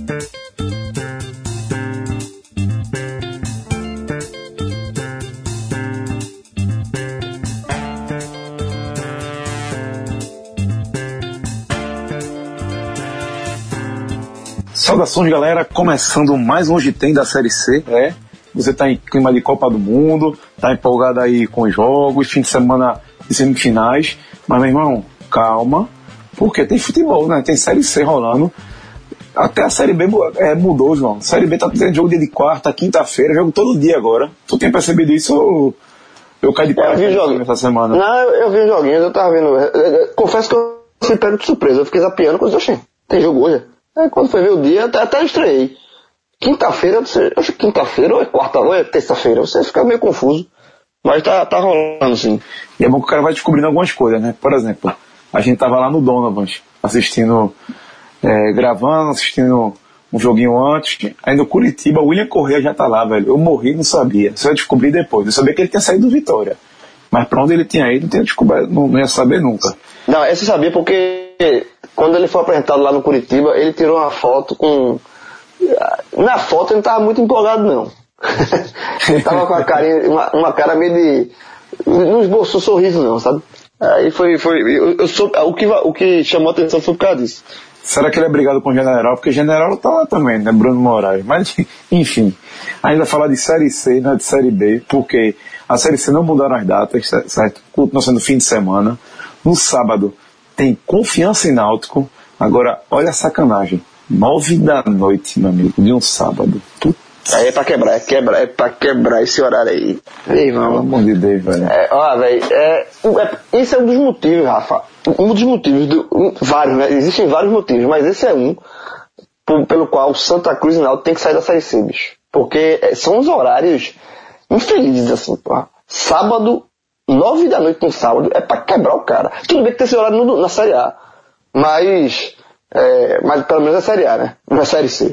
Saudações, galera, começando mais um Hoje Tem da Série C, né? Você tá em clima de Copa do Mundo, tá empolgado aí com os jogos, fim de semana de semifinais, mas, meu irmão, calma, porque tem futebol, né? Tem Série C rolando, até a Série B mudou, João. Série B tá tendo jogo dia de quarta, quinta-feira, jogo todo dia agora. Tu tem percebido isso ou eu caí de paraquedas essa semana? Não, eu vi os joguinhos, eu tava vendo, confesso que eu fui pego de surpresa, eu fiquei zapeando, coisa, oxê, tem jogo hoje? Aí quando foi ver o dia, até estranhei. Quinta-feira, eu acho que quinta-feira ou é quarta ou é terça-feira, você fica meio confuso. Mas tá rolando sim. E é bom que o cara vai descobrindo algumas coisas, né? Por exemplo, a gente tava lá no Donovan, assistindo, gravando, assistindo um joguinho antes. Aí no Curitiba, o William Correa já tá lá, velho. Eu morri e não sabia. Só descobri depois. Eu sabia que ele tinha saído do Vitória. Mas pra onde ele tinha ido, não ia saber nunca. Não, essa eu sabia porque quando ele foi apresentado lá no Curitiba, ele tirou uma foto com... Na foto ele não tava muito empolgado, não. Ele tava com a carinha, uma cara meio de... Não esboçou sorriso, não, sabe? Aí o que chamou a atenção foi por causa disso. Será que ele é brigado com o General? Porque o General tá lá também, né? Bruno Moraes. Mas, enfim, ainda falar de Série C, não de Série B, porque a Série C não mudaram as datas, certo? Continua sendo fim de semana. No sábado tem Confiança e Náutico. Agora, olha a sacanagem. 9 da noite, meu amigo, de um sábado. Aí é pra quebrar esse horário aí. Ei, pelo amor de Deus, velho. Esse é um dos motivos, Rafa. Um dos motivos, vários, né? Existem vários motivos, mas esse é um pelo qual Santa Cruz e Náutico tem que sair da Série C, bicho. Porque são os horários infelizes, assim, pô. Sábado, 9 da noite no sábado, é pra quebrar o cara. Tudo bem que tem esse horário na Série A, mas pelo menos é Série A, né? Não é Série C.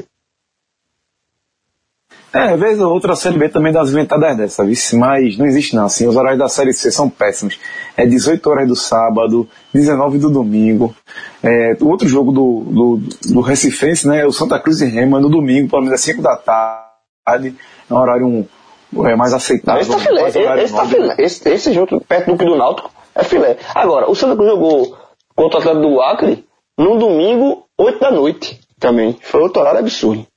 Vez ou outra a Série B também dá as inventadas dessa, vice, mas não existe não, assim, os horários da Série C são péssimos. É 18 horas do sábado, 19 do domingo. O outro jogo do Recifense, né, o Santa Cruz e Remo, é no domingo, pelo menos é 5 da tarde, é um horário mais aceitável. Esse tá filé, esse jogo perto do que do Náutico é filé. Agora, o Santa Cruz jogou contra o Atlético do Acre no domingo, 8 da noite também. Foi outro horário absurdo.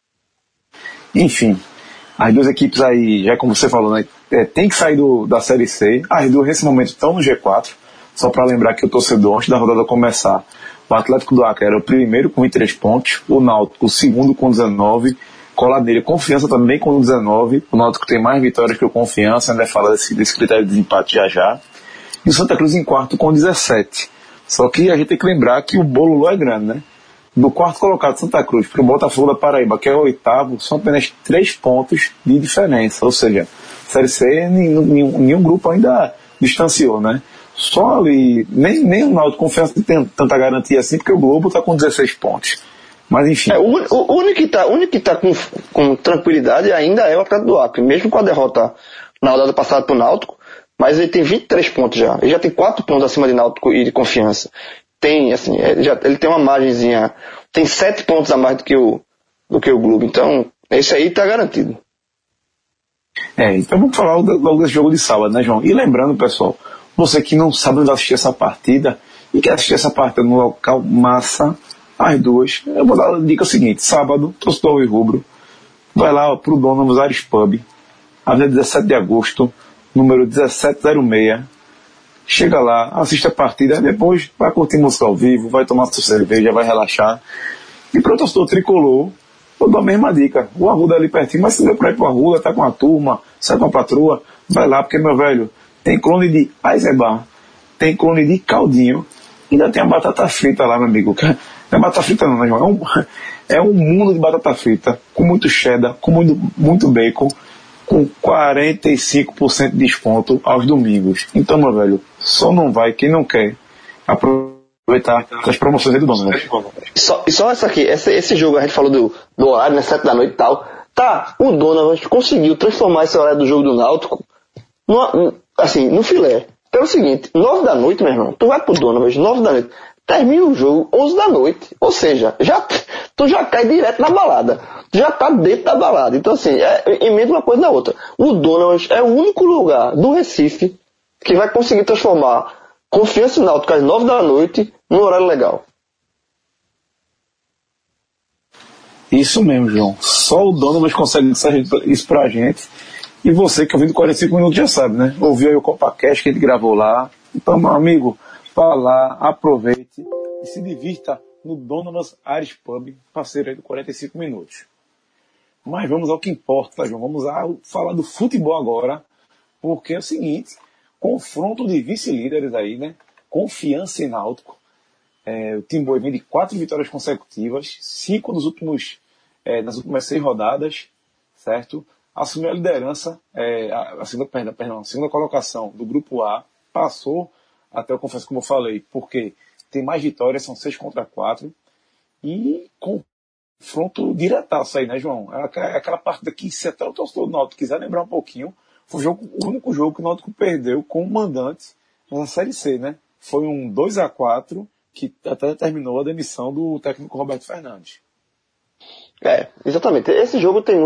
Enfim, as duas equipes aí, já como você falou, né, tem que sair da Série C. As duas nesse momento estão no G4. Só para lembrar que o torcedor, antes da rodada começar, o Atlético do Acre era o primeiro com 23 pontos, o Náutico o segundo com 19, colado nele Confiança também com 19. O Náutico tem mais vitórias que o Confiança, ainda fala desse critério de desempate já. E o Santa Cruz em quarto com 17. Só que a gente tem que lembrar que o bolo lá é grande, né? Do quarto colocado Santa Cruz para o Botafogo da Paraíba, que é o oitavo, são apenas 3 pontos de diferença. Ou seja, Série C, nenhum grupo ainda distanciou, né? Só ali, nem o Náutico Confiança tem tanta garantia assim, porque o Globo está com 16 pontos. Mas enfim. O único que tá com tranquilidade ainda é o Atlético do Acre, mesmo com a derrota na rodada passada para o Náutico, mas ele tem 23 pontos já. Ele já tem 4 pontos acima de Náutico e de Confiança. Tem, assim, ele tem uma margenzinha, tem 7 pontos a mais do que o Globo, então esse aí tá garantido. Então vamos falar logo desse jogo de sábado, né, João? E lembrando, pessoal, você que não sabe onde assistir essa partida e quer assistir essa partida no local massa, as duas, eu vou dar a dica seguinte: sábado, torcedor rubro, vai lá pro Donovan Aires Pub, avenida 17 de agosto, número 1706. Chega lá, assiste a partida, depois vai curtir música ao vivo, vai tomar sua cerveja, vai relaxar. E para o torcedor tricolor, eu dou a mesma dica. O Arruda ali pertinho, mas se der para ir para o Arruda, tá com a turma, sai com a patroa, vai lá, porque, meu velho, tem clone de Eisenbar, tem clone de Caldinho, ainda tem a batata frita lá, meu amigo. Não é batata frita não, né, João? É um mundo de batata frita, com muito cheddar, com muito bacon, com 45% de desconto aos domingos. Então, meu velho, só não vai quem não quer aproveitar as promoções aí do dono, né? Só essa aqui, esse jogo, a gente falou do horário, né, 7 da noite e tal. Tá, o Donovan conseguiu transformar esse horário do jogo do Náutico no filé. Pelo seguinte, 9 da noite, meu irmão, tu vai pro Donovan, 9 da noite, termina o jogo 11 da noite. Ou seja, tu já cai direto na balada. Tu já tá dentro da balada. Então, assim, emenda uma coisa na outra. O Donas é o único lugar do Recife que vai conseguir transformar Confiança e Náutico às 9 da noite num horário legal. Isso mesmo, João. Só o Donovan consegue dizer isso pra gente. E você que ouviu 45 minutos já sabe, né? Ouviu aí o CopaCast que ele gravou lá. Então, meu amigo, vá lá, aproveite e se divirta no Donovan's Irish Pub, parceiro aí do 45 minutos. Mas vamos ao que importa, João. Vamos falar do futebol agora, porque é o seguinte, confronto de vice-líderes aí, né? Confiança e Náutico. O Timboi vem de 4 vitórias consecutivas, 5 nas últimas 6 rodadas, certo? Assumiu a liderança, a segunda colocação do Grupo A, passou até, eu confesso, como eu falei, porque tem mais vitórias, são 6 contra 4, e confronto diretaço aí, né, João? É aquela partida que, se até o torcedor do Náutico quiser lembrar um pouquinho, foi o único jogo que o Náutico perdeu com o mandante na Série C, né? Foi um 2-4, que até terminou a demissão do técnico Roberto Fernandes. Exatamente. Esse jogo tem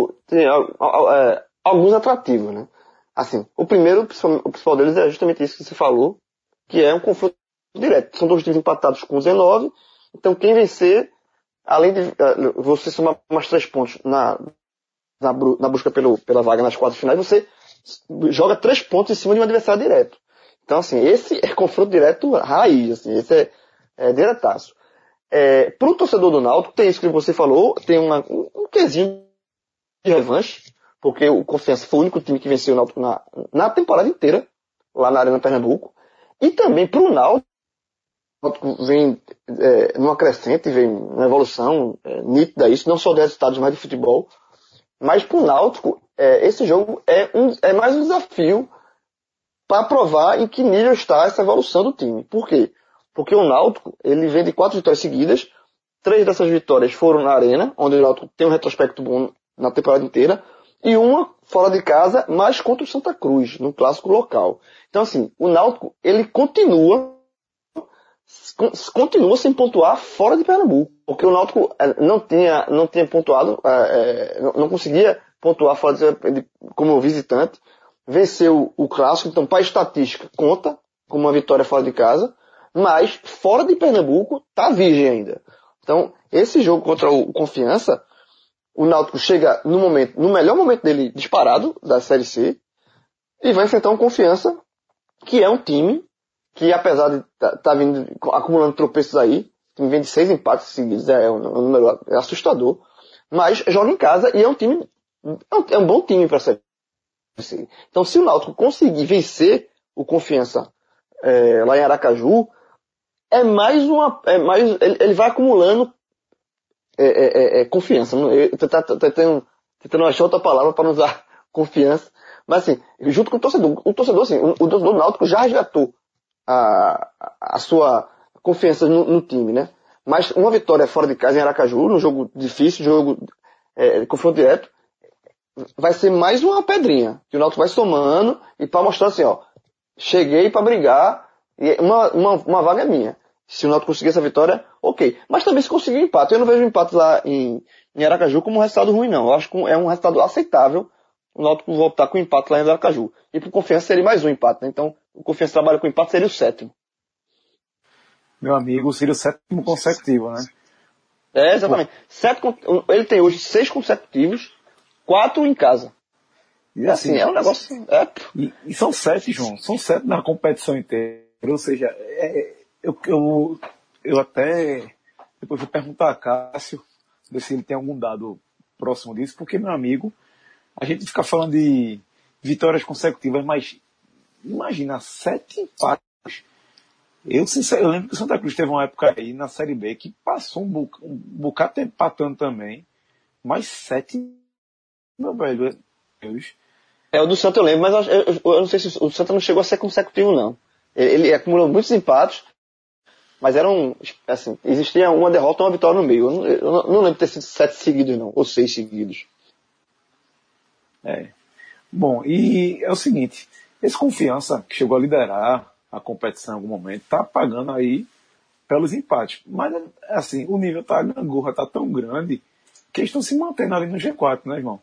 alguns atrativos, né? Assim, o principal deles é justamente isso que você falou, que é um confronto direto. São dois times empatados com 19, então quem vencer, além de você somar mais 3 pontos na busca pela vaga nas quartas finais, você joga 3 pontos em cima de um adversário direto. Então, assim, esse é confronto direto raiz, assim, esse é diretaço. Para o torcedor do Náutico, tem isso que você falou, tem um quesinho de revanche, porque o Confiança foi o único time que venceu o Náutico na temporada inteira, lá na Arena Pernambuco. E também para o Náutico vem numa crescente, vem numa evolução nítida isso, não só de resultados, mas de futebol. Mas para o Náutico, esse jogo é mais um desafio para provar em que nível está essa evolução do time. Por quê? Porque o Náutico, ele vem de 4 vitórias seguidas, 3 dessas vitórias foram na Arena, onde o Náutico tem um retrospecto bom na temporada inteira, e uma fora de casa, mas contra o Santa Cruz, no clássico local. Então, assim, o Náutico, ele continua sem pontuar fora de Pernambuco, porque o Náutico não tinha pontuado, não conseguia pontuar fora como visitante, venceu o clássico, então para a estatística conta como uma vitória fora de casa, mas fora de Pernambuco tá virgem ainda. Então, esse jogo contra o Confiança, o Náutico chega no melhor momento dele disparado da Série C, e vai enfrentar um Confiança, que é um time que, apesar de tá vindo acumulando tropeços aí, vem de 6 empates seguidos, é um número assustador, mas joga em casa e é um bom time para a Série C. Então, se o Náutico conseguir vencer o Confiança lá em Aracaju, ele vai acumulando confiança. Eu tô tentando achar outra palavra para não usar confiança. Mas assim, junto com o torcedor, assim, o torcedor do Náutico já resgatou a sua confiança no time, né? Mas uma vitória fora de casa em Aracaju, num jogo difícil, jogo de confronto direto, vai ser mais uma pedrinha que o Náutico vai somando e para mostrar assim, ó, cheguei para brigar e uma vaga é minha. Se o Náutico conseguir essa vitória, ok. Mas também se conseguir empate, eu não vejo o empate lá em Aracaju como um resultado ruim, não. Eu acho que é um resultado aceitável o Náutico voltar com o empate lá em Aracaju. E por Confiança seria mais um empate, né? Então, o Confiança trabalha com empate, seria o 7º. Meu amigo, seria o 7º consecutivo, né? Exatamente. Ele tem hoje 6 consecutivos, 4 em casa. E assim, é um negócio... E são 7, João. São 7 na competição inteira. Ou seja, eu até depois vou perguntar a Cássio ver se ele tem algum dado próximo disso, porque, meu amigo, a gente fica falando de vitórias consecutivas, mas imagina, 7 empates. Eu lembro que o Santa Cruz teve uma época aí na Série B que passou um bocado tempo empatando também, mas 7, meu velho, Deus. O do Santa eu lembro, mas eu não sei se o Santa não chegou a ser consecutivo, não. Ele acumulou muitos empates, mas assim, existia uma derrota e uma vitória no meio. Eu não lembro de ter sido 7 seguidos, não, ou 6 seguidos. Bom, e é o seguinte, esse Confiança, que chegou a liderar a competição em algum momento, tá pagando aí pelos empates. Mas, assim, o nível tá, a gangorra tá tão grande que eles estão se mantendo ali no G4, né, irmão?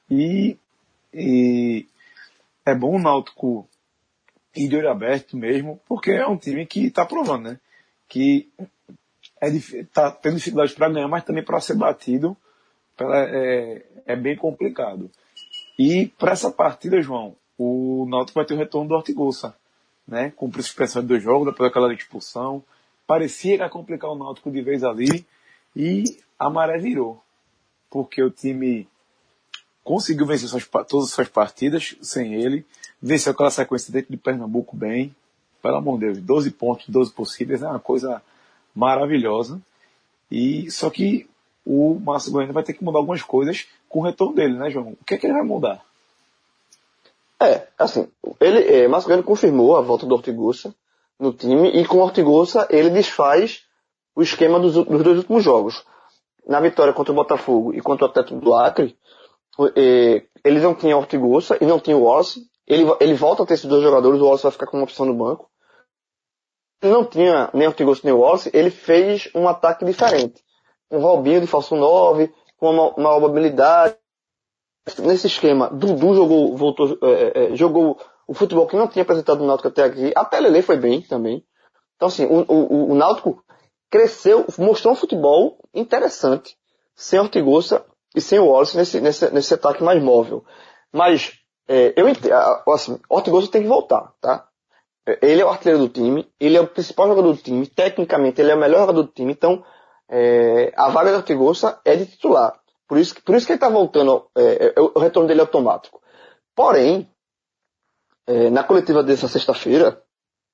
E é bom o Náutico ir de olho aberto mesmo, porque é um time que está provando, né? Que tá tendo dificuldade para ganhar, mas também para ser batido é bem complicado. E para essa partida, João, o Náutico vai ter o retorno do Ortigosa, né? Cumpriu suspensão de 2 jogos, depois daquela expulsão. Parecia que ia complicar o Náutico de vez ali, e a maré virou, porque o time conseguiu vencer todas as suas partidas sem ele, venceu aquela sequência dentro de Pernambuco bem, pelo amor de Deus, 12 pontos, 12 possíveis, é uma coisa maravilhosa. E só que o Márcio Goiano vai ter que mudar algumas coisas com o retorno dele, né, João? O que é que ele vai mudar? Assim, Márcio Goiano confirmou a volta do Ortigosa no time, e com o Ortigosa ele desfaz o esquema dos 2 últimos jogos. Na vitória contra o Botafogo e contra o Atlético do Acre, eles não tinham Ortigosa e não tinham o Wallace. Ele volta a ter esses 2 jogadores, o Wallace vai ficar com uma opção no banco. Ele não tinha nem Ortigosa nem o Wallace, ele fez um ataque diferente. Um Robinho de falso 9, com uma maior mobilidade. Nesse esquema, Dudu jogou o futebol que não tinha apresentado no Náutico até aqui. Até Lelê foi bem também. Então, assim, o Náutico cresceu, mostrou um futebol interessante, sem Ortigosa e sem o Wallace nesse ataque mais móvel. Mas, assim, Ortigosa tem que voltar, tá? Ele é o artilheiro do time, ele é o principal jogador do time, tecnicamente ele é o melhor jogador do time, então a vaga do Ortigosa é de titular. Por isso que ele está voltando, o retorno dele é automático. Porém, na coletiva dessa sexta-feira,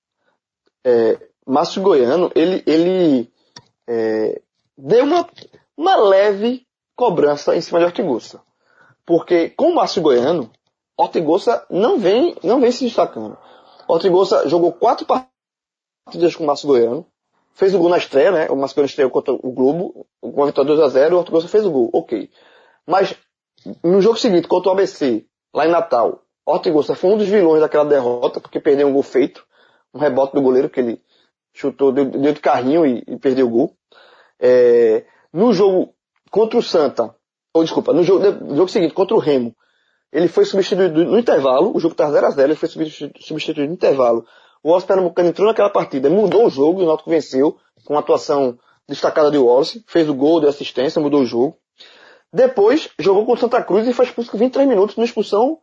Márcio Goiano, ele deu uma leve cobrança em cima de Ortigosa. Porque com o Márcio Goiano, Ortigosa não vem se destacando. Ortigosa jogou 4 partidas com o Márcio Goiano, fez o gol na estreia, né? O Márcio Goiano estreou contra o Globo, com a vitória 2-0, o Ortigosa fez o gol, ok. Mas no jogo seguinte, contra o ABC, lá em Natal, Ortigosa foi um dos vilões daquela derrota, porque perdeu um gol feito, um rebote do goleiro que ele chutou, deu de carrinho e perdeu o gol. No jogo contra o Santa, no jogo seguinte, contra o Remo, ele foi substituído no intervalo, o jogo estava 0-0, ele foi substituído no intervalo. O Wallace Pernambucano entrou naquela partida, mudou o jogo e o Náutico venceu, com uma atuação destacada de Wallace, fez o gol, deu assistência, mudou o jogo. Depois, jogou contra o Santa Cruz e foi expulso com 23 minutos numa expulsão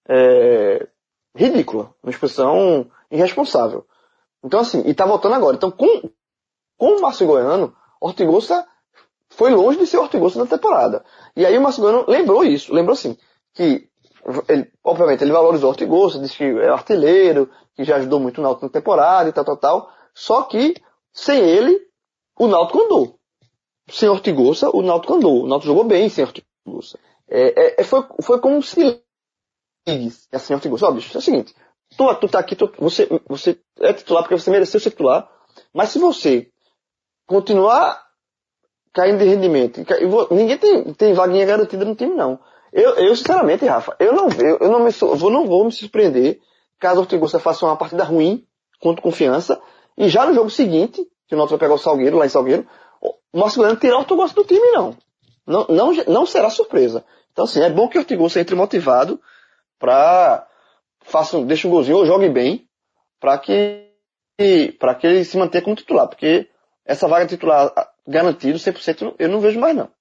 ridícula, uma expulsão irresponsável. Então, assim, e tá voltando agora. Então, com o Márcio Goiano, Ortigosa foi longe de ser Ortigosa da temporada. E aí o Márcio Goiano lembrou assim, que obviamente ele valorizou o Ortigosa, disse que é artilheiro, que já ajudou muito o Náutico na temporada e tal. Só que, sem ele, o Náutico andou. Sem Ortigosa, o Náutico andou. O Náutico jogou bem sem Ortigosa. Foi como se assim, Ortigosa, bicho, é o seguinte, tu tá aqui, você é titular porque você mereceu ser titular, mas se você continuar caindo de rendimento, ninguém tem vaguinha garantida no time, não. Eu sinceramente, Rafa, eu não vou me surpreender caso o Ortigosa faça uma partida ruim contra Confiança, e já no jogo seguinte, que o Náutico vai pegar o Salgueiro, lá em Salgueiro, o Márcio Goiano tirar o Ortigosa do time, não. Não será surpresa. Então, assim, é bom que o Ortigosa entre motivado para deixe um golzinho ou jogue bem para que ele se mantenha como titular, porque essa vaga titular garantido 100% eu não vejo mais, não.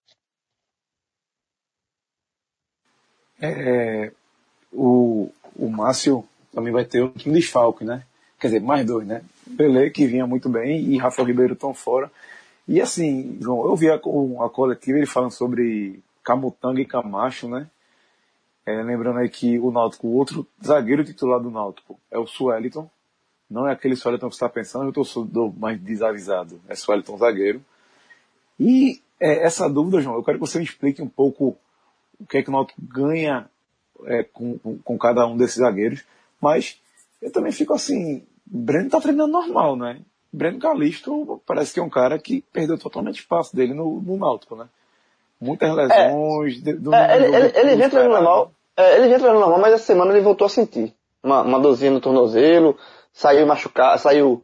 O Márcio também vai ter um desfalque, né? Quer dizer, mais 2, né? Pelé, que vinha muito bem, e Rafael Ribeiro estão fora. E assim, João, eu vi a coletiva ele falando sobre Camutanga e Camacho, né? Lembrando aí que o Náutico, o outro zagueiro titular do Náutico é o Sueliton. Não é aquele Sueliton que você está pensando, eu estou mais desavisado. É Sueliton zagueiro. E essa dúvida, João, eu quero que você me explique um pouco o que é que o Náutico ganha com cada um desses zagueiros. Mas eu também fico assim, Breno está treinando normal, né? Breno Calixto parece que é um cara que perdeu totalmente espaço dele no Náutico, né? Muitas lesões. Ele já treinou normal. Ele já treinou normal, mas essa semana ele voltou a sentir uma dorzinha no tornozelo, saiu machucado, saiu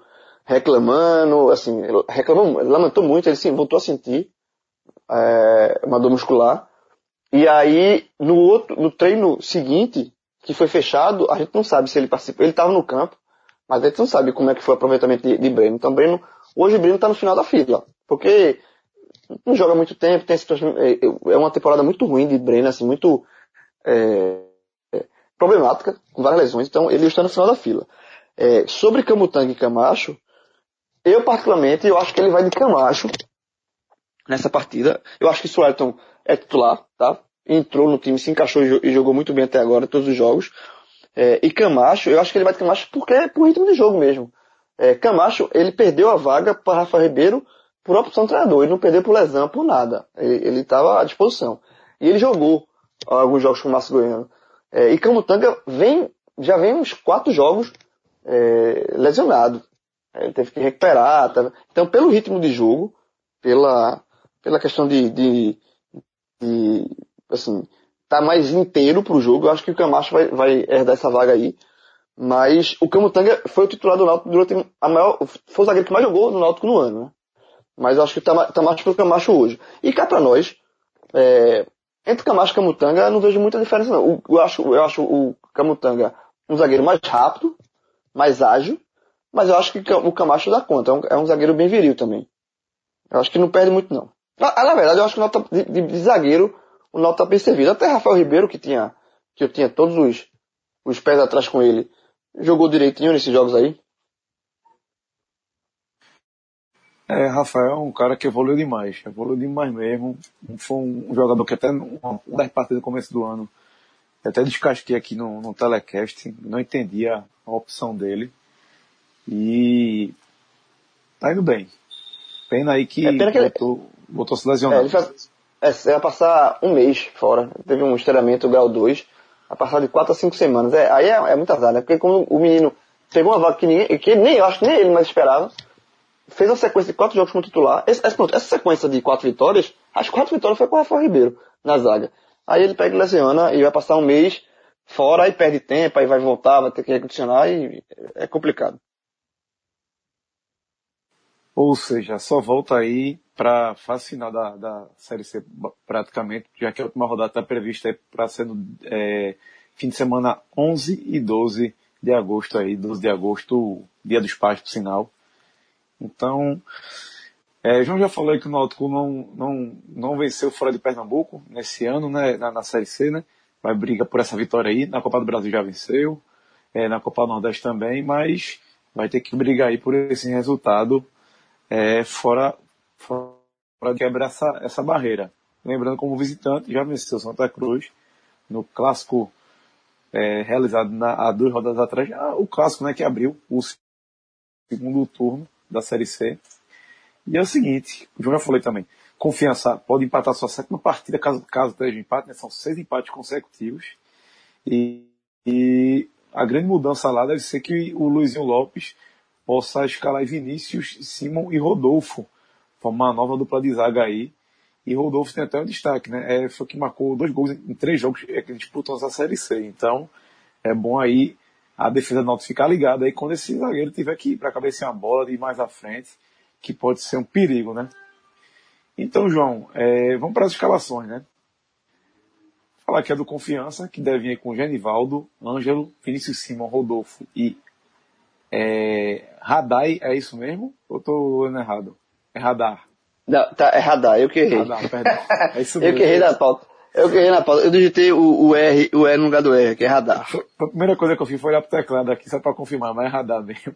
reclamando, assim, reclamou, lamentou muito, ele sim, voltou a sentir uma dor muscular. E aí, no treino seguinte, que foi fechado, a gente não sabe se ele participou. Ele estava no campo, mas a gente não sabe como é que foi o aproveitamento de Breno. Então, hoje o Breno está no final da fila, porque não joga muito tempo, é uma temporada muito ruim de Breno, assim, muito problemática, com várias lesões. Então, ele está no final da fila. Sobre Camutanga e Camacho, eu particularmente, eu acho que ele vai de Camacho nessa partida. Eu acho que Suelton é titular, tá? Entrou no time, se encaixou e jogou muito bem até agora, todos os jogos. E Camacho, eu acho que ele vai de Camacho porque é por ritmo de jogo mesmo. Camacho, ele perdeu a vaga para Rafael Ribeiro por opção do treinador. Ele não perdeu por lesão, por nada. Ele estava à disposição. E ele jogou alguns jogos com o Márcio Goiano. E Camutanga já vem uns 4 jogos lesionado. Ele teve que recuperar. Tá? Então, pelo ritmo de jogo, pela questão de assim, tá mais inteiro pro jogo, eu acho que o Camacho vai herdar essa vaga aí. Mas o Camutanga foi o titular do Náutico durante foi o zagueiro que mais jogou no Náutico no ano, né? Mas eu acho que tá mais pro Camacho hoje. E cá pra nós, entre Camacho e Camutanga, eu não vejo muita diferença não. Eu acho o Camutanga um zagueiro mais rápido, mais ágil, mas eu acho que o Camacho dá conta. É um zagueiro bem viril também. Eu acho que não perde muito não. Na verdade, eu acho que o Náutico de zagueiro, o Náutico tá bem servido. Até Rafael Ribeiro, que eu tinha todos os pés atrás com ele, jogou direitinho nesses jogos aí. Rafael é um cara que evoluiu demais mesmo. Foi um jogador que até uma das partidas do começo do ano, eu até descasquei aqui no telecast, não entendia a opção dele. E tá indo bem. Pena aí que botou se lesionado. Ele vai passar um mês fora. Teve um estreiamento grau 2, vai passar de 4 a 5 semanas. Aí é muito azar, né? Porque como o menino pegou uma vaga que eu acho que nem ele mais esperava, fez uma sequência de 4 jogos como titular. Essa sequência de 4 vitórias, as 4 vitórias foi com o Rafael Ribeiro na zaga. Aí ele pega e lesiona e vai passar um mês fora, aí perde tempo, aí vai voltar, vai ter que recondicionar e é complicado. Ou seja, só volta aí para fase final da Série C praticamente, já que a última rodada está prevista para ser no fim de semana 11 e 12 de agosto aí, 12 de agosto, dia dos pais, por sinal. Então, João já falou aí que o Náutico não venceu fora de Pernambuco nesse ano, né, na Série C, né? Vai brigar por essa vitória aí. Na Copa do Brasil já venceu, na Copa do Nordeste também, mas vai ter que brigar aí por esse resultado fora de quebrar essa barreira. Lembrando, como visitante, já venceu Santa Cruz no clássico realizado há 2 rodadas atrás. O clássico, né, que abriu o segundo turno da Série C. E é o seguinte, o João já falou também, Confiança pode empatar sua 7ª partida caso esteja empate, né? São 6 empates consecutivos. E a grande mudança lá deve ser que o Luizinho Lopes possa escalar Vinícius, Simon e Rodolfo, formar uma nova dupla de zaga aí. E Rodolfo tem até um destaque, né? Foi que marcou 2 gols em 3 jogos que disputam essa Série C. Então, é bom aí a defesa do Náutico ficar ligada aí quando esse zagueiro tiver que ir para cabecear uma bola de ir mais à frente, que pode ser um perigo, né? Então, João, vamos para as escalações, né? Falar aqui do Confiança, que deve vir aí com Genivaldo, Ângelo, Vinícius, Simon, Rodolfo e Radai, é isso mesmo? Ou tô lendo errado? É Radar. Não, tá, é Radar, eu que errei. Radar, perdão. É isso mesmo. Eu que errei na pauta. Eu digitei o R no lugar do R, que é Radar. A primeira coisa que eu fiz foi olhar pro teclado aqui, só para confirmar, mas é Radar mesmo.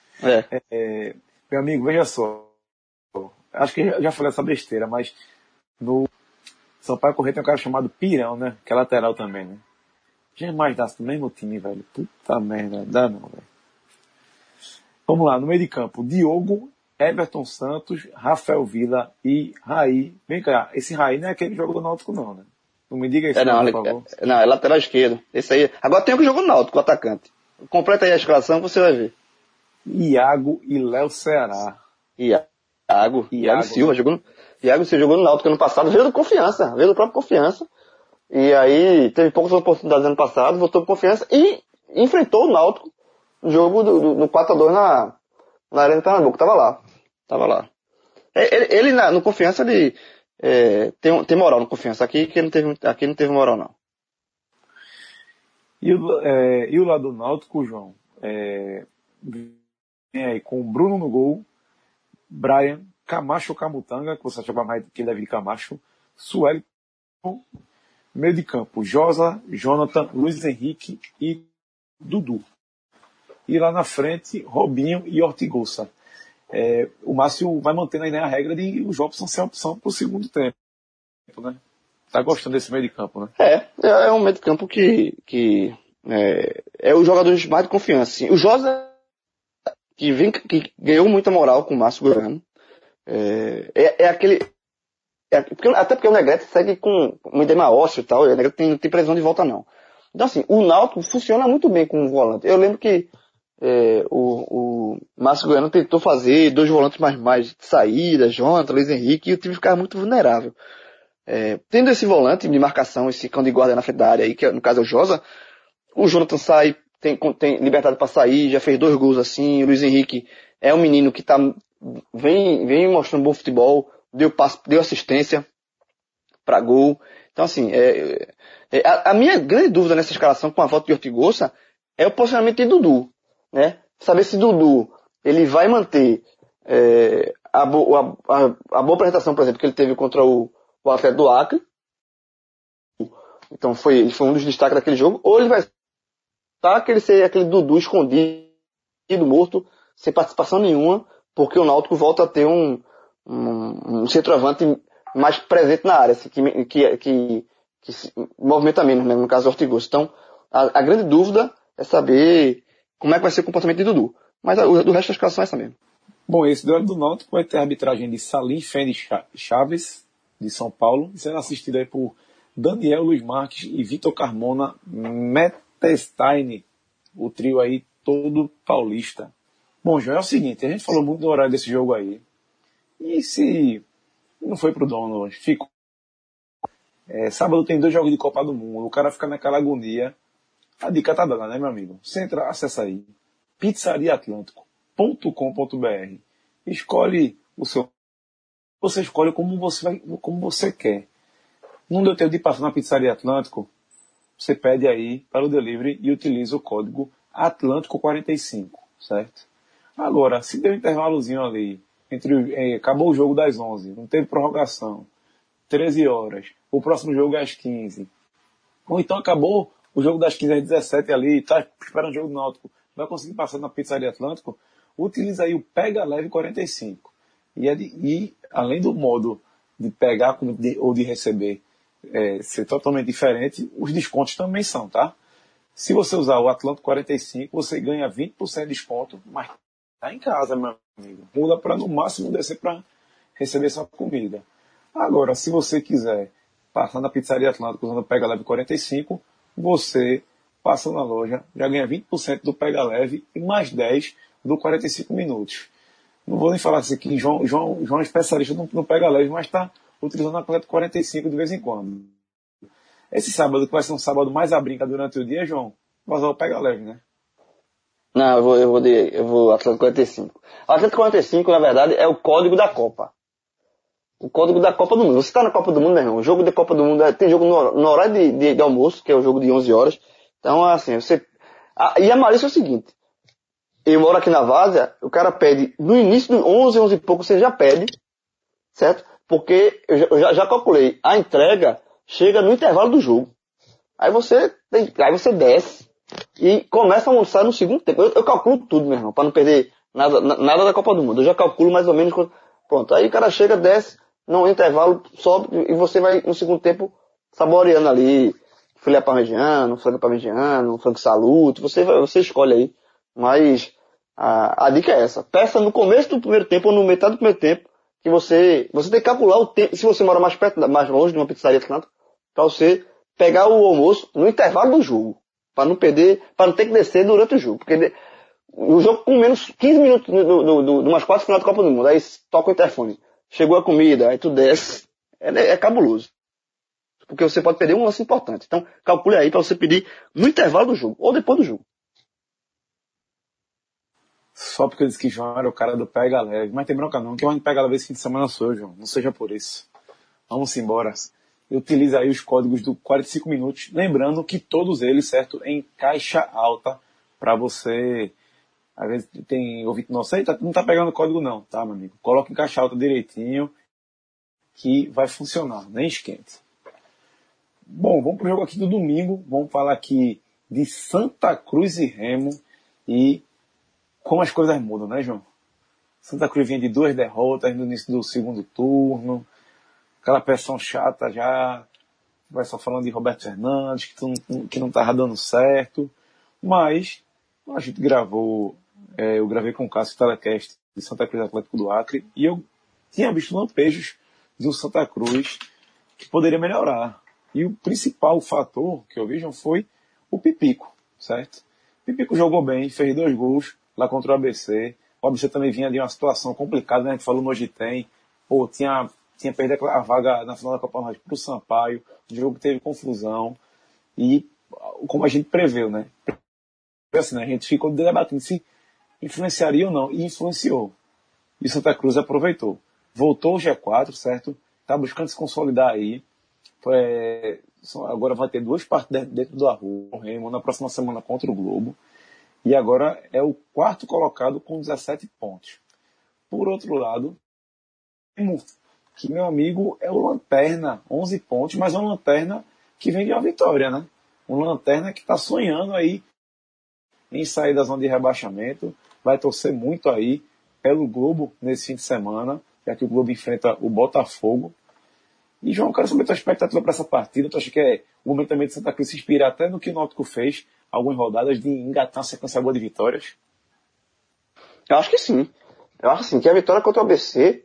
Meu amigo, veja só. Acho que eu já falei essa besteira, mas no Sampaio Corrêa tem um cara chamado Pirão, né? Que é lateral também, né? Jamais dá no mesmo time, velho. Puta merda, dá não, velho. Vamos lá, no meio de campo, Diogo, Everton Santos, Rafael Vila e Raí. Vem cá, esse Raí não é aquele jogo do Náutico não, né? Não me diga isso, por favor. Não, é lateral esquerdo. Esse aí. Agora tem o que jogou no Náutico, o atacante. Completa aí a escalação que você vai ver. Iago e Léo Ceará. Iago Silva, né? Iago Silva jogou no Náutico ano passado, veio do próprio Confiança. E aí teve poucas oportunidades ano passado, voltou pro Confiança e enfrentou o Náutico no jogo no 4-2 Na Arena Pernambuco, tava lá. Tava lá. Ele no Confiança, ele tem moral no Confiança. Aqui não teve moral, não. E o lado do Náutico, João, vem aí com o Bruno no gol, Brian, Camacho Camutanga, que você achava mais que ele deve de Camacho, Sueli, meio de campo, Josa, Jonathan, Luiz Henrique e Dudu. E lá na frente, Robinho e Ortigosa. O Márcio vai mantendo ainda a regra de o Jobson ser a opção para o segundo tempo, né? Tá gostando desse meio de campo, né? É um meio de campo que é os jogadores mais de confiança. Assim. O Josa, que ganhou muita moral com o Márcio Goiano, aquele... até porque o Negrete segue com um edema ósseo e tal, e o Negrete não tem previsão de volta não. Então assim, o Náutico funciona muito bem com o volante. Eu lembro que o Márcio Goiano tentou fazer 2 volantes mais de saída, Jonathan, Luiz Henrique, e o time ficava muito vulnerável. Tendo esse volante de marcação, esse cão de guarda na frente da área aí, que no caso é o Josa, o Jonathan sai, tem liberdade para sair, já fez 2 gols assim, o Luiz Henrique é um menino que vem mostrando bom futebol, deu passe, deu assistência para gol. Então assim, a minha grande dúvida nessa escalação com a volta de Ortigosa é o posicionamento de Dudu, né? Saber se Dudu ele vai manter a boa apresentação, por exemplo, que ele teve contra o Atlético do Acre. Então ele foi um dos destaques daquele jogo, ou ele vai aquele Dudu escondido, morto, sem participação nenhuma, porque o Náutico volta a ter um centroavante mais presente na área, assim, que se movimenta menos, né, no caso do Ortigosa. Então, a grande dúvida é saber como é que vai ser o comportamento de Dudu. Mas do resto da escalação é essa mesmo. Bom, esse duelo do Náutico vai ter a arbitragem de Salim Fênix Chaves, de São Paulo, sendo assistido aí por Daniel Luiz Marques e Vitor Carmona Metestein, o trio aí todo paulista. Bom, João, é o seguinte, a gente falou muito do horário desse jogo aí, e se não foi pro dono hoje, ficou. Sábado tem 2 jogos de Copa do Mundo, o cara fica naquela agonia. A dica tá dada, né, meu amigo? Você entra, acessa aí, pizzariaatlântico.com.br, escolhe você escolhe como você quer. Não deu tempo de passar na Pizzaria Atlântico? Você pede aí para o delivery e utiliza o código Atlântico45, certo? Agora, se deu um intervalozinho ali, acabou o jogo das 11, não teve prorrogação, 13 horas, o próximo jogo é às 15, ou então acabou o jogo das 15 às 17 ali, tá esperando o jogo do Náutico, vai conseguir passar na Pizzaria Atlântico, utiliza aí o Pega Leve 45. E além do modo de pegar ou de receber ser totalmente diferente, os descontos também são, tá? Se você usar o Atlântico 45, você ganha 20% de desconto, mas tá em casa, meu amigo. Pula para no máximo descer para receber sua comida. Agora, se você quiser passar na Pizzaria Atlântico usando o Pega Leve 45, você passa na loja, já ganha 20% do Pega Leve e mais 10 do 45 minutos. Não vou nem falar assim que João é especialista no Pega Leve, mas está utilizando o Atlético 45 de vez em quando. Esse sábado, que vai ser um sábado mais a brinca durante o dia, João, vai usar o Pega Leve, né? Não, eu vou Atlético 45. O Atlético 45, na verdade, é o código da Copa. O código da Copa do Mundo. Você está na Copa do Mundo, meu irmão? O jogo da Copa do Mundo tem jogo no horário de almoço, que é o jogo de 11 horas. Então, assim, e a malícia é o seguinte. Eu moro aqui na Várzea, o cara pede, no início do 11 e pouco, você já pede, certo? Porque eu já calculei, a entrega chega no intervalo do jogo. Aí você desce e começa a almoçar no segundo tempo. Eu calculo tudo, meu irmão, para não perder nada da Copa do Mundo. Eu já calculo mais ou menos. Pronto, aí o cara chega, desce, no intervalo, sobe e você vai no segundo tempo saboreando ali filé parmegiano, frango parmegiano, frango salute, você escolhe aí. Mas a dica é essa. Peça no começo do primeiro tempo ou no metade do primeiro tempo, que você tem que calcular o tempo, se você mora mais longe de uma pizzaria atlântica, para você pegar o almoço no intervalo do jogo, para não perder, para não ter que descer durante o jogo, porque o jogo com menos 15 minutos de umas 4 final da Copa do Mundo, aí toca o interfone, chegou a comida, aí tu desce, é cabuloso. Porque você pode perder um lance importante. Então, calcule aí para você pedir no intervalo do jogo, ou depois do jogo. Só porque eu disse que João era o cara do pega leve. Mas tem bronca não, que o pega leve esse fim de semana sou eu, João. Não seja por isso. Vamos embora. Utilize aí os códigos do 45 minutos. Lembrando que todos eles, certo, em caixa alta. Para você... Às vezes tem ouvinte nosso aí, não tá pegando código não, tá, meu amigo? Coloque em caixa alta direitinho que vai funcionar. Nem esquente. Bom, vamos pro jogo aqui do domingo. Vamos falar aqui de Santa Cruz e Remo. E como as coisas mudam, né, João? Santa Cruz vinha de 2 derrotas no início do segundo turno. Aquela pressão chata já. Vai só falando de Roberto Fernandes, que não tava dando certo. Mas, quando a gente gravou, eu gravei com o Cássio Telecast de Santa Cruz Atlético do Acre, e eu tinha visto lampejos do Santa Cruz que poderia melhorar. E o principal fator que eu vi, João, foi o Pipico, certo? O Pipico jogou bem, fez 2 gols lá contra o ABC. O ABC também vinha de uma situação complicada, né? A gente falou no Hoje Tem. Pô, tinha perdido a vaga na final da Copa Nordeste pro Sampaio. O jogo teve confusão. E, como a gente preveu, né? Assim, né? A gente ficou debatendo se influenciaria ou não. E influenciou. E o Santa Cruz aproveitou. Voltou o G4, certo? Tá buscando se consolidar aí. Agora vai ter 2 partidas dentro do Arruda, o Remo, na próxima semana contra o Globo. E agora é o 4º colocado com 17 pontos. Por outro lado, que meu amigo é o Lanterna, 11 pontos, mas é um Lanterna que vem de uma vitória, né? Um Lanterna que está sonhando aí em sair da zona de rebaixamento, vai torcer muito aí pelo Globo nesse fim de semana, já que o Globo enfrenta o Botafogo. E, João, eu quero saber a tua expectativa para essa partida. Tu acha que é o momento também de Santa Cruz se inspirar até no que o Náutico fez, algumas rodadas, de engatar uma sequência boa de vitórias? Eu acho que sim. Eu acho assim, que a vitória contra o ABC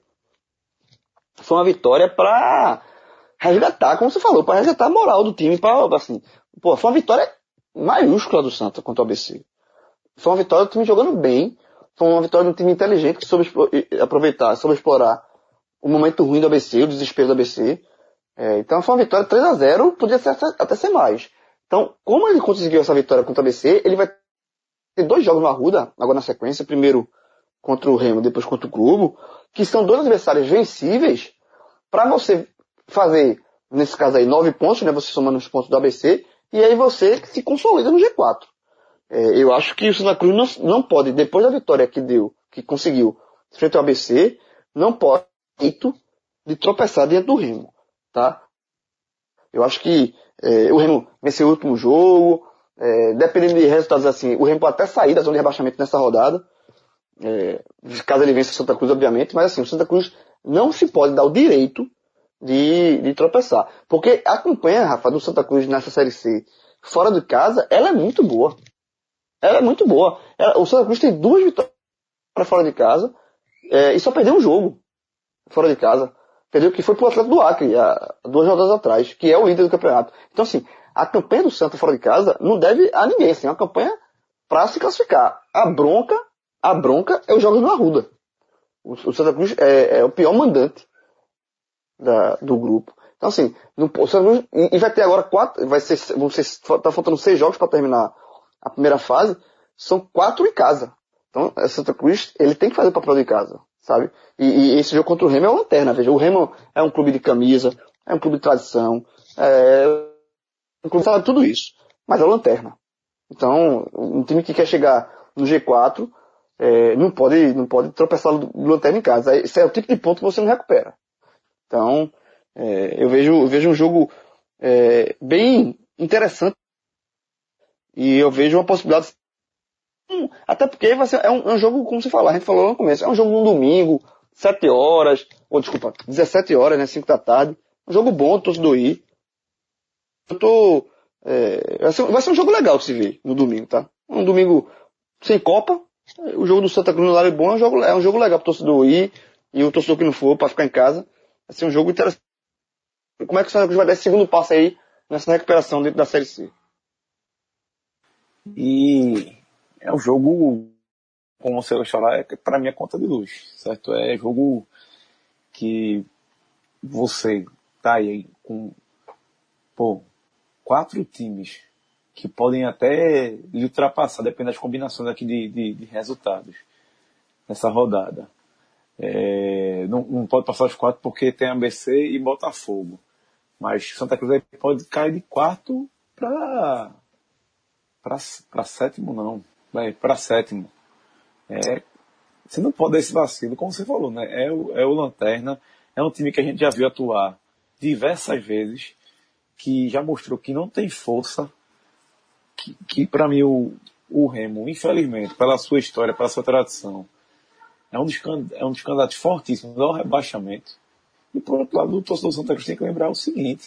foi uma vitória para resgatar, como você falou, para resgatar a moral do time, para assim, pô, foi uma vitória maiúscula do Santa contra o ABC. Foi uma vitória do time jogando bem, foi uma vitória do time inteligente que soube aproveitar, soube explorar o momento ruim do ABC, o desespero do ABC. Então foi uma vitória 3-0, podia até ser mais. Então, como ele conseguiu essa vitória contra o ABC, ele vai ter 2 jogos no Arruda, agora na sequência, primeiro contra o Remo, depois contra o Globo, que são 2 adversários vencíveis para você fazer, nesse caso aí, 9 pontos, né, você somando os pontos do ABC, e aí você se consolida no G4. Eu acho que o Santa Cruz não pode, depois da vitória que conseguiu frente ao ABC, não pode de tropeçar diante do Remo, tá? Eu acho que o Remo venceu o último jogo, dependendo de resultados assim, o Remo pode até sair da zona de rebaixamento nessa rodada, caso ele vença o Santa Cruz, obviamente, mas assim, o Santa Cruz não se pode dar o direito de tropeçar. Porque a campanha, Rafa, do Santa Cruz nessa Série C, fora de casa, ela é muito boa. Ela é muito boa. O Santa Cruz tem 2 vitórias fora de casa, e só perdeu um jogo fora de casa. Perdeu que foi pro Atlético do Acre, há 2 rodadas atrás, que é o líder do campeonato. Então, assim, a campanha do Santa fora de casa não deve a ninguém, assim, é uma campanha para se classificar. A bronca é os jogos no Arruda. O Santa Cruz é o pior mandante do grupo. Então, assim, o Santa Cruz, e vai ter agora 4, tá faltando 6 jogos para terminar a primeira fase, são 4 em casa. Então, o Santa Cruz, ele tem que fazer o papel de casa, sabe? E esse jogo contra o Remo é uma lanterna, veja. O Remo é um clube de camisa, é um clube de tradição, um clube de tudo isso. Mas é uma lanterna. Então, um time que quer chegar no G4, não pode tropeçar no lanterna em casa. Esse é o tipo de ponto que você não recupera. Então, eu vejo um jogo bem interessante e eu vejo uma possibilidade. Até porque vai ser, um jogo, como você falou, a gente falou no começo, é um jogo no domingo, 7 horas, 17 horas, né, 5 da tarde. Um jogo bom, torcedor ir. Vai ser um jogo legal de se ver no domingo, tá? Um domingo sem Copa. O jogo do Santa Cruz no Lado Bom é um jogo legal pro torcedor ir, e o torcedor que não for, para ficar em casa. Vai ser um jogo interessante. Como é que o Santa Cruz vai dar esse segundo passo aí nessa recuperação dentro da Série C? E é um jogo, como você vai falar, para mim é conta de luz, certo? É jogo que você tá aí com 4 times que podem até lhe ultrapassar, dependendo das combinações aqui de resultados. nessa rodada. Não pode passar os 4 porque tem ABC e Botafogo. Mas Santa Cruz pode cair de quarto para sétimo, não. Para sétimo. Você não pode dar esse vacilo, como você falou, né? É o Lanterna, é um time que a gente já viu atuar diversas vezes, que já mostrou que não tem força, que para mim o Remo, infelizmente, pela sua história, pela sua tradição, é um dos candidatos fortíssimos ao rebaixamento. E por outro lado, o torcedor do Santa Cruz tem que lembrar o seguinte,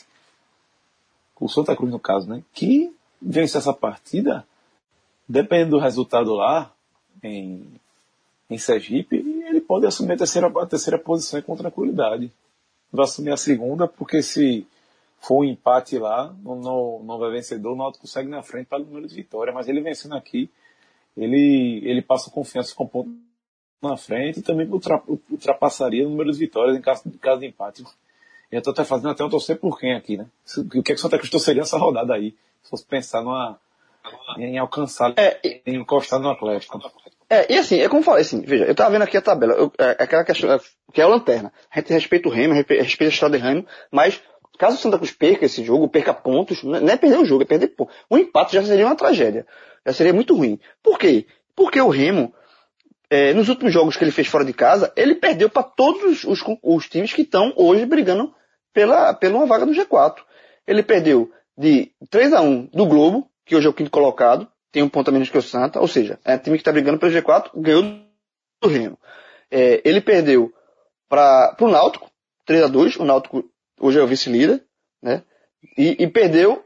o Santa Cruz no caso, né? Que vence essa partida, dependendo do resultado lá, em Sergipe, ele pode assumir a terceira posição com tranquilidade. Vai assumir a segunda, porque se for um empate lá, não vai vencedor, o Náutico consegue na frente para o número de vitória, mas ele vencendo aqui, ele passa confiança com ponto na frente e também ultrapassaria o número de vitórias em caso de empate. Eu estou até fazendo até um torcer por quem aqui, né? O que é que o Santa Cruz torceria nessa rodada aí? Se fosse pensar em alcançar, em encostar no Atlético. E assim, é como eu falei, assim, veja, eu tava vendo aqui a tabela, aquela questão, que é a lanterna. A gente respeita o Remo, respeita a história do Remo, mas caso o Santa Cruz perca esse jogo, perca pontos, não é perder o jogo, é perder pontos. O empate já seria uma tragédia. Já seria muito ruim. Por quê? Porque o Remo, nos últimos jogos que ele fez fora de casa, ele perdeu para todos os times que estão hoje brigando pela uma vaga do G4. Ele perdeu de 3-1 do Globo, que hoje é o quinto colocado, tem um ponto a menos que o Santa, ou seja, é o time que está brigando pelo G4, ganhou do Remo. Ele perdeu para o Náutico, 3-2, o Náutico hoje é o vice-líder, né? E perdeu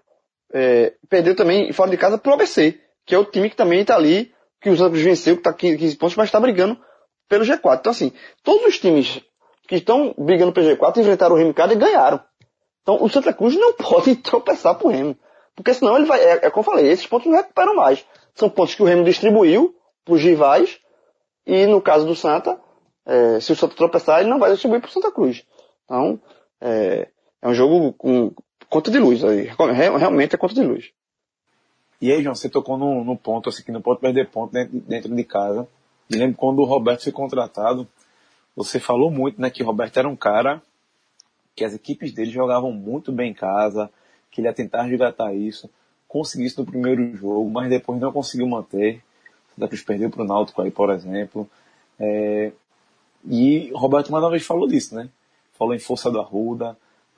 também fora de casa pro ABC, que é o time que também está ali, que o Santa Cruz venceu, que está 15 pontos, mas está brigando pelo G4. Então assim, todos os times que estão brigando pelo G4 enfrentaram o Remo e ganharam. Então o Santa Cruz não pode tropeçar pro Remo. Porque senão ele vai, como eu falei, esses pontos não recuperam mais. São pontos que o Remo distribuiu para os rivais, e no caso do Santa, se o Santa tropeçar, ele não vai distribuir para o Santa Cruz. Então, é um jogo com conta de luz. Realmente é conta de luz. E aí, João, você tocou no ponto, assim, que não pode perder ponto dentro de casa. E lembro quando o Roberto foi contratado, você falou muito, né, que o Roberto era um cara que as equipes dele jogavam muito bem em casa, que ele ia tentar resgatar isso, conseguiu isso no primeiro jogo, mas depois não conseguiu manter. O Santa Cruz perdeu para o Náutico aí, por exemplo. E Roberto mais uma vez falou disso, né? Falou em força do Arruda.